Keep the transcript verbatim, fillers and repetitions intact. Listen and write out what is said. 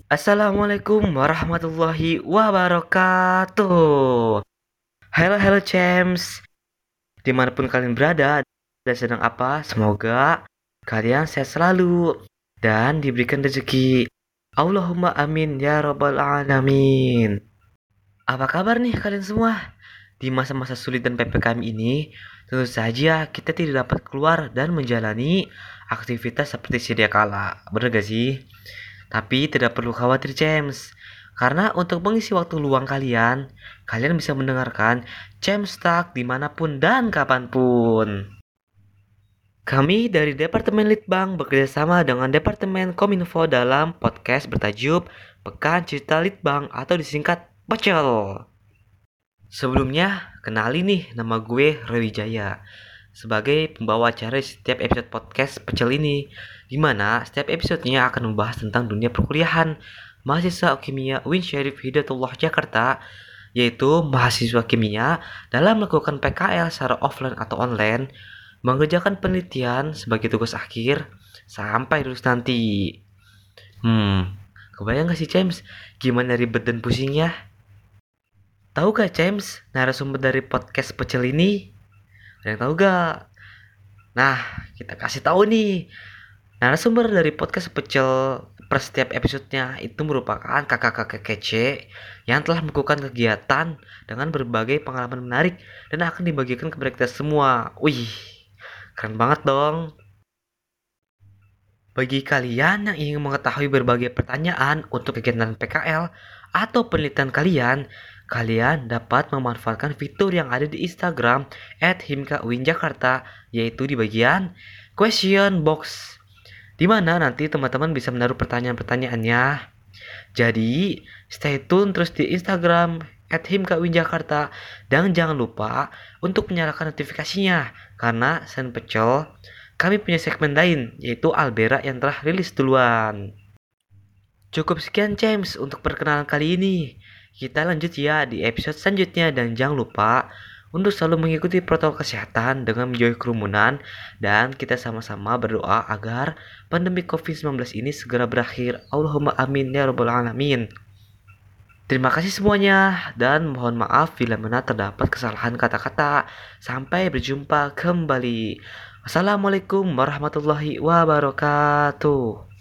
Assalamualaikum warahmatullahi wabarakatuh. Halo halo James, dimanapun kalian berada dan sedang apa, semoga kalian sehat selalu dan diberikan rezeki. Allahumma amin ya robbal alamin. Apa kabar nih kalian semua? Di masa-masa sulit dan P P K M ini, tentu saja kita tidak dapat keluar dan menjalani aktivitas seperti sedia kala. Bener gak sih? Tapi tidak perlu khawatir James, karena untuk mengisi waktu luang kalian, kalian bisa mendengarkan James Talk dimanapun dan kapanpun. Kami dari Departemen Litbang bekerjasama dengan Departemen Kominfo dalam podcast bertajuk Pekan Cerita Litbang atau disingkat Pecel. Sebelumnya, kenali nih nama gue Roy Wijaya sebagai pembawa acara setiap episode podcast Pecel ini, di mana setiap episodenya akan membahas tentang dunia perkuliahan mahasiswa kimia U I N Syarif Hidayatullah Jakarta, yaitu mahasiswa kimia dalam melakukan P K L secara offline atau online, mengerjakan penelitian sebagai tugas akhir sampai lulus nanti. Hmm, kebayang gak sih James, gimana ribet dan pusingnya? Tahu gak James, narasumber dari podcast Pecel ini? Ada yang tahu gak? Nah, kita kasih tahu nih. Narasumber dari podcast Pecel per setiap episodenya itu merupakan kakak-kakak kece yang telah melakukan kegiatan dengan berbagai pengalaman menarik dan akan dibagikan kepada kita semua. Wih, keren banget dong. Bagi kalian yang ingin mengetahui berbagai pertanyaan untuk kegiatan P K L atau penelitian kalian, kalian dapat memanfaatkan fitur yang ada di Instagram at himkauinjakarta, yaitu di bagian question box, di mana nanti teman-teman bisa menaruh pertanyaan-pertanyaannya. Jadi, stay tune terus di Instagram at himkauinjakarta dan jangan lupa untuk menyalakan notifikasinya, karena selain pecel, kami punya segmen lain, yaitu Albera yang telah rilis duluan. Cukup sekian James untuk perkenalan kali ini. Kita lanjut ya di episode selanjutnya dan jangan lupa untuk selalu mengikuti protokol kesehatan dengan menjauhi kerumunan dan kita sama-sama berdoa agar pandemi covid sembilan belas ini segera berakhir. Allahumma amin ya rabbal alamin. Terima kasih semuanya dan mohon maaf bila mana terdapat kesalahan kata-kata. Sampai berjumpa kembali. Wassalamualaikum warahmatullahi wabarakatuh.